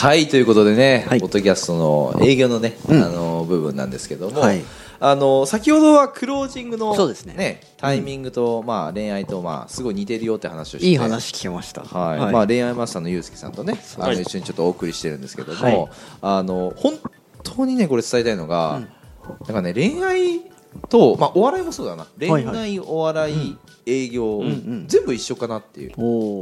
はいということでね、 はいポッドキャストの営業のね、部分なんですけども、先ほどはクロージングの、 そうですねタイミングと、恋愛と、すごい似てるよって話をして、 いい話聞けました。 恋愛マスターのゆうすけさんとね、一緒にちょっとお送りしてるんですけども、 はい本当にねこれ伝えたいのが、なんかね恋愛と、お笑いもそうだな、恋愛、お笑い、営業、全部一緒かなっていう。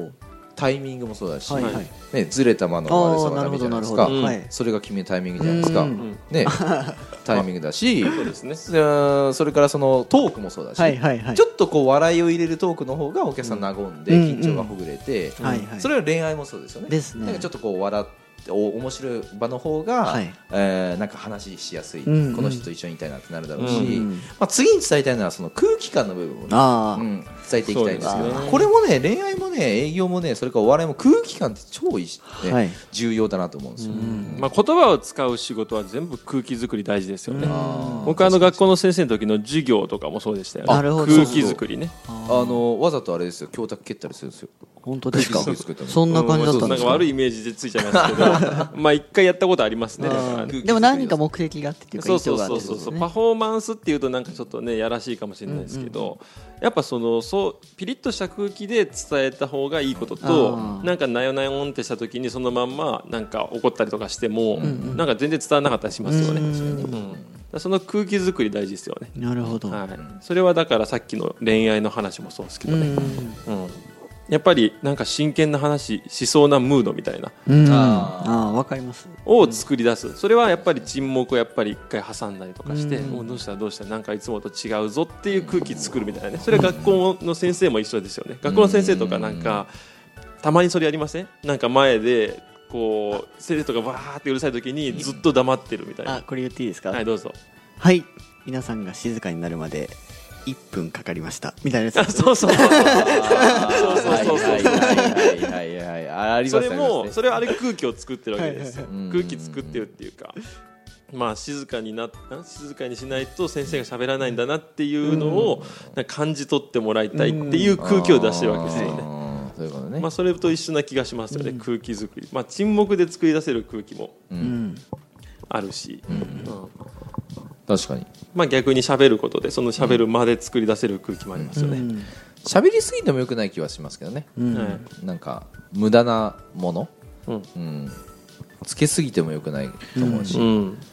タイミングもそうだし、ずれた間の悪さがダメじゃないですか、それが決めるタイミングじゃないですか、タイミングだし、それからそのトークもそうだし、ちょっとこう笑いを入れるトークの方がお客さん和んで緊張がほぐれて、それは恋愛もそうですよね。なんかちょっとこう笑って面白い場の方が、なんか話しやすい、この人と一緒にいたいなってなるだろうし、次に伝えたいのはその空気感の部分を、ね伝えていきたいんですけど、これもね恋愛もね営業もねそれからお笑いも空気感って超重要だなと思うんですよ。 言葉を使う仕事は全部空気作り大事ですよね。僕学校の先生の時の授業とかもそうでしたよね。空気作りね。 わざとあれですよ、教託蹴ったりするんですよ。 本当ですか。そんな感じだったんですか。 なんか悪いイメージでついちゃいますけど一回やったことありますね。 でも何か目的があってっていうか、 そうパフォーマンスっていうとなんかちょっとねやらしいかもしれないですけど、やっぱピリッとした空気で伝えた方がいいことと、なんかなよなよんってした時にそのまんまなんか怒ったりとかしても、なんか全然伝わらなかったりしますよね。その空気作り大事ですよね。 なるほど。 それはだからさっきの恋愛の話もそうですけどね。やっぱりなんか真剣な話しそうなムードみたいな、 わかります。 を作り出す。それはやっぱり沈黙をやっぱり一回挟んだりとかして、もうどうしたなんかいつもと違うぞっていう空気作るみたいなね。それは学校の先生も一緒ですよね。学校の先生とかなんかたまにそれやりません？なんか前でこう先生とかバーってうるさい時にずっと黙ってるみたいな。 これ言っていいですか？ はいどうぞ。 はい、皆さんが静かになるまで1分かかりましたみたいなやつ。 そうそれはあれ空気を作ってるわけですよ。空気作ってるっていうか、静かにしないと先生が喋らないんだなっていうのを感じ取ってもらいたいっていう空気を出してるわけですよね。それと一緒な気がしますよね。空気作り、沈黙で作り出せる空気もあるし、 確かに逆に喋ることでその喋るまで作り出せる空気もありますよね。 喋りすぎても良くない気はしますけどね。なんか無駄なもの、つけすぎても良くないと思うし、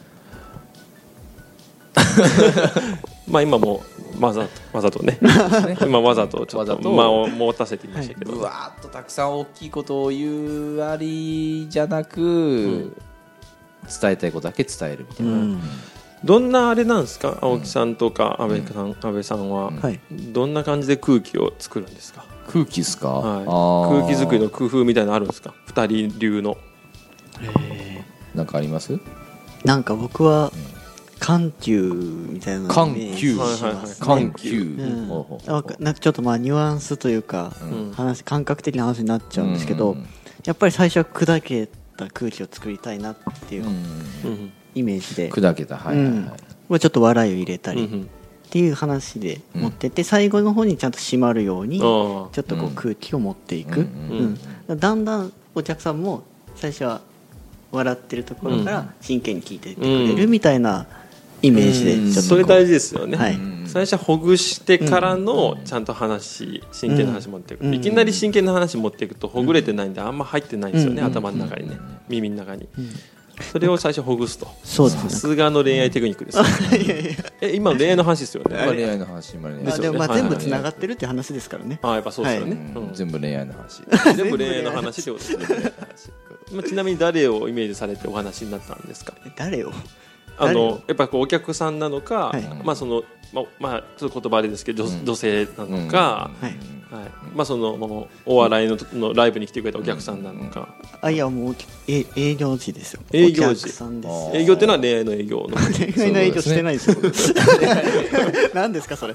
今もわざとね今わざとちょっと間を持たせてみましたけど、 うわーっとたくさん大きいことを言うありじゃなく、伝えたいことだけ伝えるみたいな。 どんなあれなんですか、青木さんとか安倍さんはどんな感じで空気を作るんですか？ 空気ですか？ 空気作りの工夫みたいなのあるんですか？2人流の。 なんかあります？ なんか僕は緩急みたいなのをイメージしますね。 緩急、 なんかちょっとニュアンスというか、感覚的な話になっちゃうんですけど、やっぱり最初は砕けた空気を作りたいなっていうイメージで、 砕けた、ちょっと笑いを入れたりっていう話で持ってって、最後の方にちゃんと締まるようにちょっとこう空気を持っていく。だんだんお客さんも最初は笑ってるところから真剣に聞いていってくれるみたいなイメージで、ちょっとそれ大事ですよね。最初はほぐしてからのちゃんと真剣な話持っていく。いきなり真剣な話持っていくとほぐれてないんであんま入ってないんですよね、頭の中にね、耳の中に。それを最初ほぐすと。さすがの恋愛テクニックですね。今の恋愛の話ですよね。 恋愛の話、 でも全部つながってるって話ですからね。 やっぱそうですよね。 全部恋愛の話。 全部恋愛の話ってことですね。ちなみに誰をイメージされてお話になったんですか？ 誰を？ やっぱお客さんなのか、ちょっと言葉あれですけど女性なのか、そのお笑いのライブに来てくれたお客さんなのか。 いやもう営業時ですよ。 営業時。営業っていうのは恋愛の営業の。 恋愛の営業してないですよ。何ですかそれ。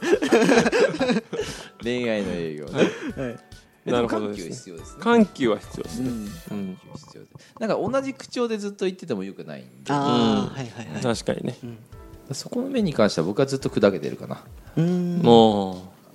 恋愛の営業ね。 なるほどですね。緩急は必要ですね。 なんか同じ口調でずっと言っててもよくないんで。 確かにね。 そこの面に関しては僕はずっと砕けてるかな。 もう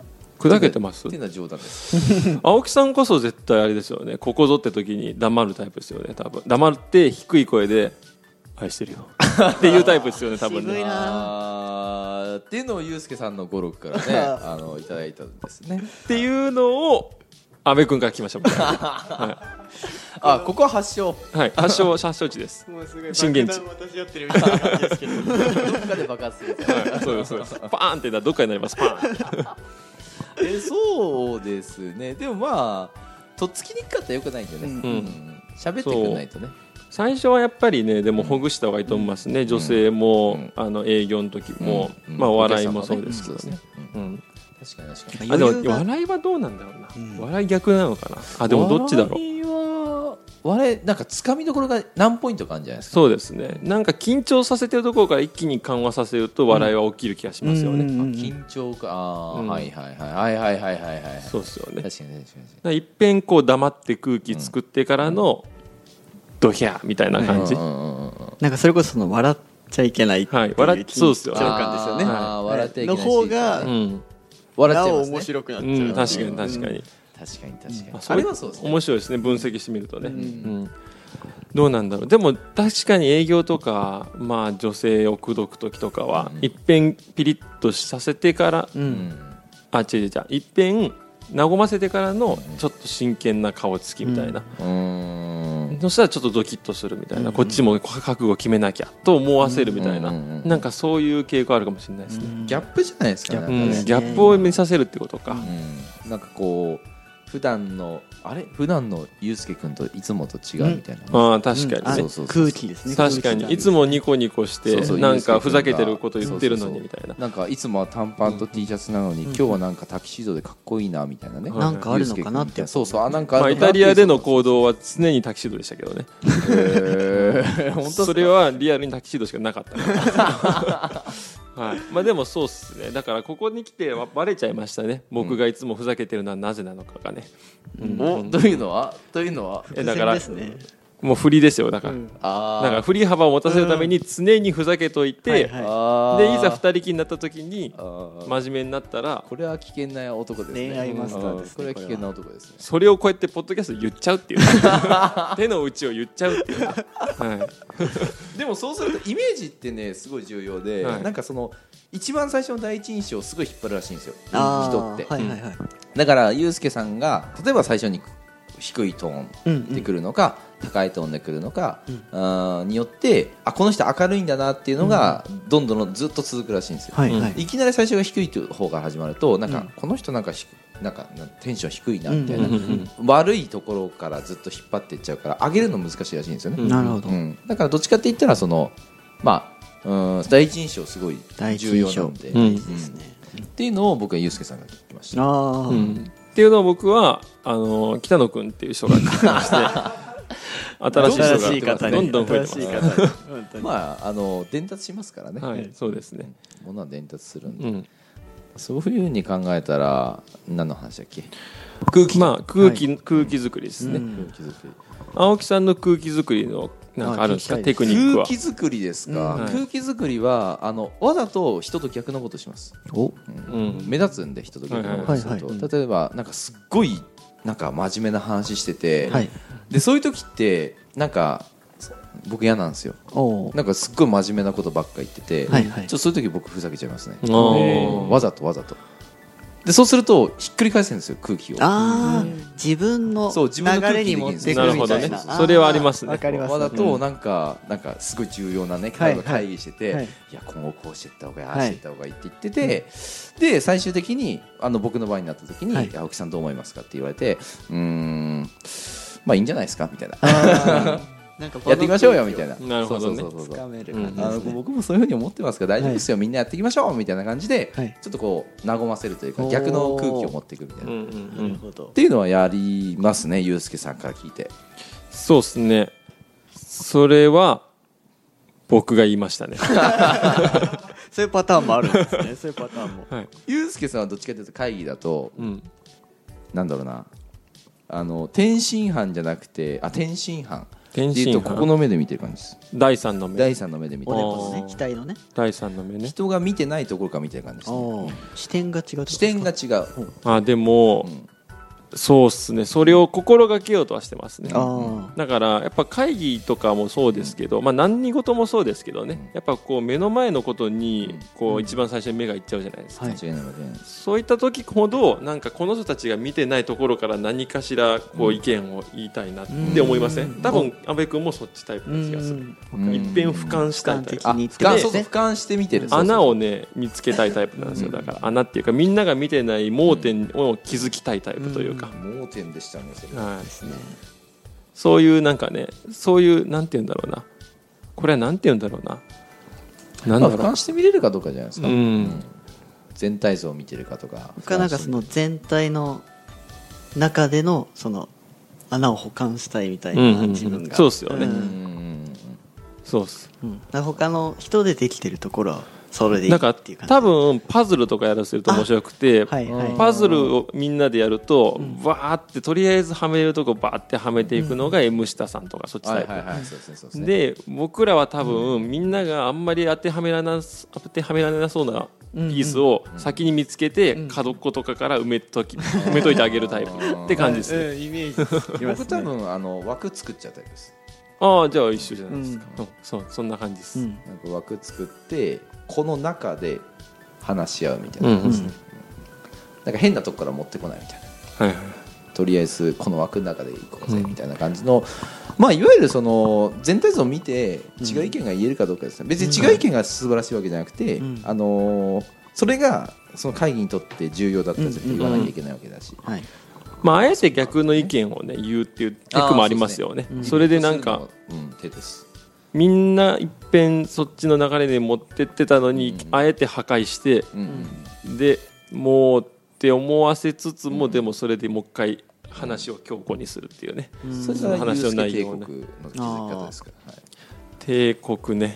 砕けてますっていうのは冗談です青木さんこそ絶対あれですよね、ここぞって時に黙るタイプですよね。多分黙って低い声で愛してるよっていうタイプですよね多分ね。 っていうのをユうスケさんの語録からねいただいたんですねっていうのを阿部君から聞きましょうあ、ここは発祥はい、発祥地です。震源地。 私やってるみたいな感じですけどどっかで爆発するはい、そうですそうです。パーンってどっかになります。パーンそうですね。でもまあとっつきにくかったらよくないんでね、喋ってくれないとね。 最初はやっぱりね、でもほぐした方がいいと思いますね。女性も営業の時も、まあお笑いもそうですけどね。 確かに確かに。 でも笑いはどうなんだろうな。笑い逆なのかな。あ、でもどっちだろう。 笑いなんかつかみどころが何ポイントかあるんじゃないですか。 そうですね。なんか緊張させてるところから一気に緩和させると笑いは起きる気がしますよね。 緊張か、はいはいはいはいはいはいはい。 そうですよね。 確かに確かに。 いっぺんこう黙って空気作ってからのドヒャーみたいな感じ。 なんかそれこそ笑っちゃいけないっていう緊張感ですよね。 笑っていけないの方が笑っちゃいますね。 面白くなっちゃう。 確かに確かに。 確かに確かに。 あれはそうですね。面白いですね。分析してみるとね。どうなんだろう。でも確かに営業とか、まあ女性を口説く時とかは、いっぺんピリッとさせてから、いっぺん和ませてからのちょっと真剣な顔つきみたいな。そしたらちょっとドキッとするみたいな。こっちも覚悟を決めなきゃと思わせるみたいな。なんかそういう傾向あるかもしれないですね。 ギャップじゃないですか。 ギャップを見させるってことか。 なんかこう。普段のゆうすけくんといつもと違うみたいな、 ああ確かにね、 空気ですね。 確かにいつもニコニコしてなんかふざけてること言ってるのにみたいな、 なんかいつもは短パンと T シャツなのに今日はなんかタキシードでかっこいいなみたいなね、 なんかあるのかなって。 そうそう、なんかまあイタリアでの行動は常にタキシードでしたけどね。本当それはリアルにタキシードしかなかったはい、まあでもそうっすね。だからここに来てバレちゃいましたね。僕がいつもふざけてるのはなぜなのかがね。 というのはだからもう振りですよ。だからなんか振り幅を持たせるために常にふざけといて、でいざ二人きりになった時に真面目になったら、 これは危険な男ですね。 恋愛マスターですね。 これは危険な男ですね。 それをこうやってポッドキャストで言っちゃうっていう手の内を言っちゃうっていう、 でもそうするとイメージってねすごい重要で、なんかその一番最初の第一印象をすごい引っ張るらしいんですよ、人って。だからゆうすけさんが例えば最初に低いトーンで来るのか、高いトーンで来るのか、によってこの人明るいんだなっていうのがどんどんずっと続くらしいんですよ。いきなり最初が低い方から始まるとなんかこの人なんかテンション低いなみたいな、悪いところからずっと引っ張っていっちゃうから上げるの難しいらしいんですよね。 なるほど。 だからどっちかって言ったらその第一印象すごい重要なんで、っていうのを僕はユうスケさんが聞きました。 っていうのを僕は北野君っていう人が聞きまして新しい人がどんどん増えてます。 まあ伝達しますからね。 はい、そうですね。 ものは伝達するんで、そういうふうに考えたら何の話だっけ？空気作りですね。青木さんの空気作りのなんかあるんですか？テクニックは。 空気作りですか？空気作りはわざと人と逆のことします。目立つんで人と逆のことすると、例えばなんかすっごいなんか真面目な話してて、でそういう時ってなんか僕嫌なんですよ。なんかすっごい真面目なことばっか言ってて、ちょっとそういう時僕ふざけちゃいますね。わざとでそうするとひっくり返すんですよ、空気を。 自分の流れに持ってくるみたいな。 それはありますね。 わざとなんかすごい重要なね会議してて、いや今後こうしていった方がいい、ああしていった方がいいって言ってて、で最終的に僕の場合になった時に青木さんどう思いますかって言われて、まあいいんじゃないですかみたいな。やっていきましょうよみたいな。 なるほどね。 僕もそういうふうに思ってますから大丈夫ですよ、みんなやっていきましょうみたいな感じでちょっとこう和ませるというか逆の空気を持っていくみたいなっていうのはやりますね、ゆうすけさんから聞いて。 そうですね。それは僕が言いましたね。 そういうパターンもあるんですね。そういうパターンも。 ゆうすけさんはどっちかというと会議だとなんだろうな、天津飯じゃなくて天津飯でいうとここの目で見てる感じです。 第三の目。 第三の目で見てる感じですね。額のね。 第三の目ね。 人が見てないところから見てる感じですね。 視点が違う。 視点が違う。 でも、そうっすね。それを心がけようとはしてますね。だからやっぱ会議とかもそうですけど、何事もそうですけどね。やっぱこう目の前のことにこう一番最初に目がいっちゃうじゃないですか。そういった時ほどなんかこの人たちが見てないところから何かしらこう意見を言いたいなって思いません？多分阿部君もそっちタイプな気がする。一遍俯瞰したいタイプ。 俯瞰して見てる。 穴をね見つけたいタイプなんですよ。だから穴っていうかみんなが見てない盲点を気づきたいタイプというか。 盲点でしたね。それですね。そういうなんかね、そういうなんて言うんだろうな。これはなんて言うんだろうな。 俯瞰して見れるかどうかじゃないですか。全体像を見てるかとか。 なんかその全体の中でのその穴を補完したいみたいな自分が。 そうですよね。そうっす。 他の人でできてるところは。それでいいっていう感じ。 多分パズルとかやらせると面白くて、パズルをみんなでやるとバーってとりあえずはめれるとこバーってはめていくのが M 下さんとかそっちタイプで、僕らは多分みんながあんまり当てはめられなそうなピースを先に見つけて角っことかから埋めといてあげるタイプって感じですね。 イメージ。 僕多分枠作っちゃうタイプです。 じゃあ一緒じゃないですか。そんな感じです。 なんか枠作ってこの中で話し合うみたいな感じですね。なんか変なとこから持ってこないみたいな。とりあえずこの枠の中でいこうぜみたいな感じの、いわゆるその全体像を見て違う意見が言えるかどうかですね。別に違う意見が素晴らしいわけじゃなくて、それがその会議にとって重要だったら絶対言わなきゃいけないわけだし。 あえて逆の意見をね言うっていうテクもありますよね。それでなんか手です。 みんないっぺんそっちの流れで持ってってたのに、あえて破壊して、でもうって思わせつつも、でもそれでもう一回話を強固にするっていうね。 それが話の内容の築き方ですから。 帝国ね。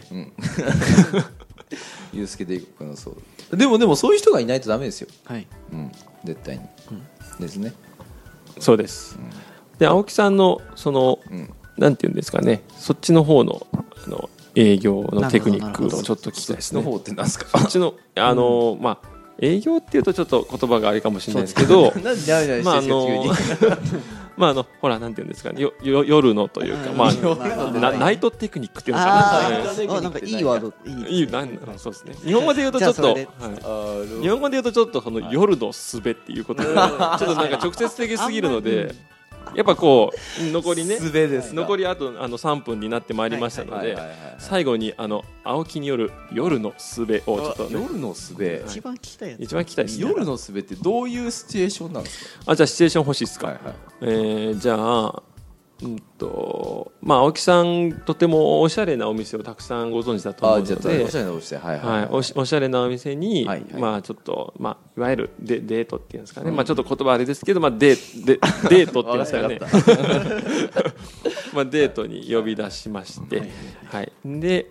ユースケ帝国のそうでもそういう人がいないとダメですよ。絶対にですね。 そうです。で青木さんのそのなんていうんですかね、そっちの方の営業のテクニックをちょっと聞きたいですね。 そっちの方ってなんですか？ そっちの営業っていうとちょっと言葉があれかもしれないですけど、ほらなんていうんですかね、夜のというかナイトテクニックっていうのかな。 なんかいいワードいい。 そうですね。日本語で言うとちょっとその夜のすべっていうことでちょっとなんか直接的すぎるので。やっぱこう残りね、残りあと3分になってまいりましたので、最後に青木による夜のすべをちょっとね。 夜のすべ一番聞きたいやつ。 一番聞きたいです。 夜のすべってどういうシチュエーションなんですか？ じゃあシチュエーション欲しいですか？じゃあ青木さんとてもおしゃれなお店をたくさんご存知だと思うので、 おしゃれなお店、 おしゃれなお店に、ちょっといわゆるデートっていうんですかね、ちょっと言葉あれですけど、デートって言いますかね。デートに呼び出しまして、で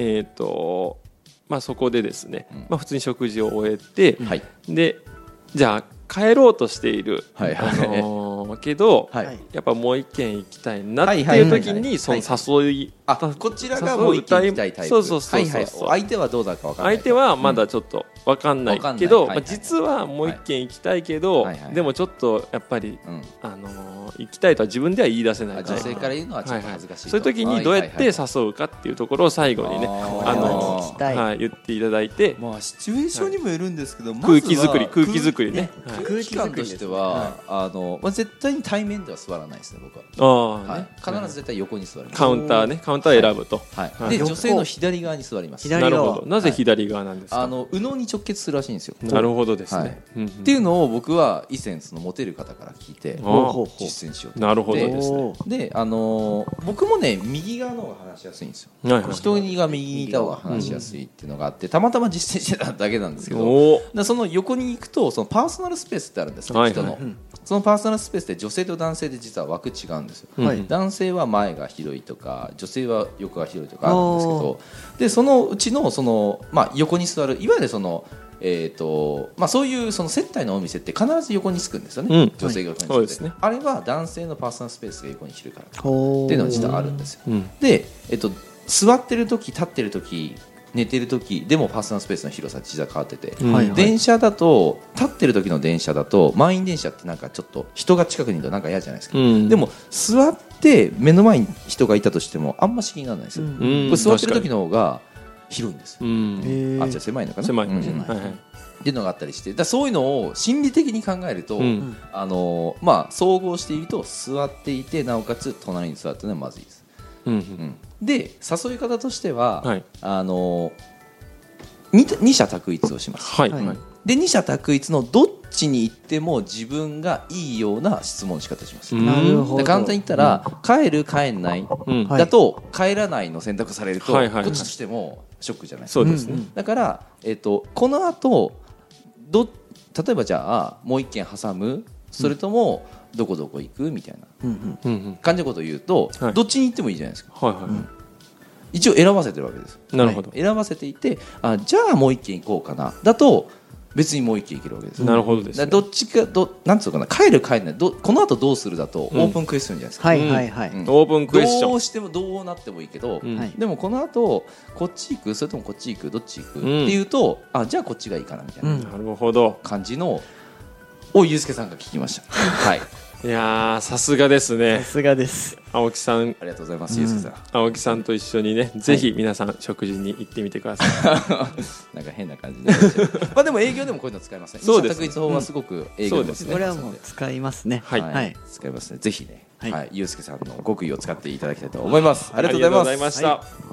そこでですね、普通に食事を終えて、でじゃあ帰ろうとしているけど、やっぱもう一軒行きたいなっていう時にその誘い、 こちらがもう一軒行きたいタイプ。相手はどうだか分からない。 相手はまだちょっと分かんないけど、実はもう一軒行きたいけど、でもちょっとやっぱり行きたいとは自分では言い出せない。 女性から言うのはちょっと恥ずかしい。 そういう時にどうやって誘うかっていうところを最後にね言っていただいて、 シチュエーションにもよるんですけど、 空気作りね。 空気感としては絶対に対面では座らないですね、僕は。必ず絶対横に座ります。 カウンター選ぶと。 で女性の左側に座ります。 なるほど。なぜ左側なんですか？ 右脳に直結するらしいんですよ。 なるほどですね。 っていうのを僕は以前そのモテる方から聞いて実践しようと。 なるほどですね。 で僕もね右側の方が話しやすいんですよ。人が右にいた方が話しやすいっていうのがあって、たまたま実践してただけなんですけど、その横に行くとそのパーソナルスペースってあるんですよ、人の。 そのパーソナルスペースで女性と男性で実は枠違うんですよ、男性は前が広いとか女性は横が広いとかあるんですけど、でそのうちの横に座るいわゆるそういうその接待のお店って必ず横につくんですよね、女性が横につく、ね、あれは男性のパーソナルスペースが横に広いからっていうのは実はあるんですよ、で、座ってる時立ってる時寝てる時でもパーソナルスペースの広さ実は変わってて、電車だと立ってる時の電車だと満員電車ってなんかちょっと人が近くにいるとなんか嫌じゃないですか、でも座って目の前に人がいたとしてもあんまし気にならないですよ、これ座ってる時の方が広いんですよ、あ、じゃあ狭いのかな、狭い、っていうのがあったりして、だそういうのを心理的に考えると、総合していると座っていてなおかつ隣に座ってるのはまずいです、で誘い方としては、二者択一をします、で二者択一のどっちに行っても自分がいいような質問の仕方をします。 なるほど。 簡単に言ったら、帰る帰んない、だと帰らないの選択されると、こっちとしてもショックじゃないですか。 そうですね。 だから、この後例えばじゃあもう一軒挟む、それともどこどこ行くみたいな感じのことを言うと、どっちに行ってもいいじゃないですか。一応選ばせてるわけです。 なるほど。 選ばせていて、じゃあもう一軒行こうかなだと別にもう一軒行けるわけです。 なるほどですね。 どっちかなんつうのかな、帰る帰んない、この後どうするだとオープンクエスチョンじゃないですか。 オープンクエスチョン。 どうしてもどうなってもいいけど、でもこの後こっち行くそれともこっち行くどっち行くっていうと、じゃあこっちがいいかなみたいな感じのをゆうすけさんが聞きました。はい。 いやー、さすがですね。 さすがです。 青木さん、 ありがとうございます。ゆうすけさん、 青木さんと一緒にね、ぜひ皆さん食事に行ってみてください。なんか変な感じでまあでも営業でもこういうの使いますね。そうですね。二者択一法はすごく営業ですね。 これはもう使いますね。 はい、使いますね。ぜひね、ゆうすけさんの極意を使っていただきたいと思います。ありがとうございます。 ありがとうございました。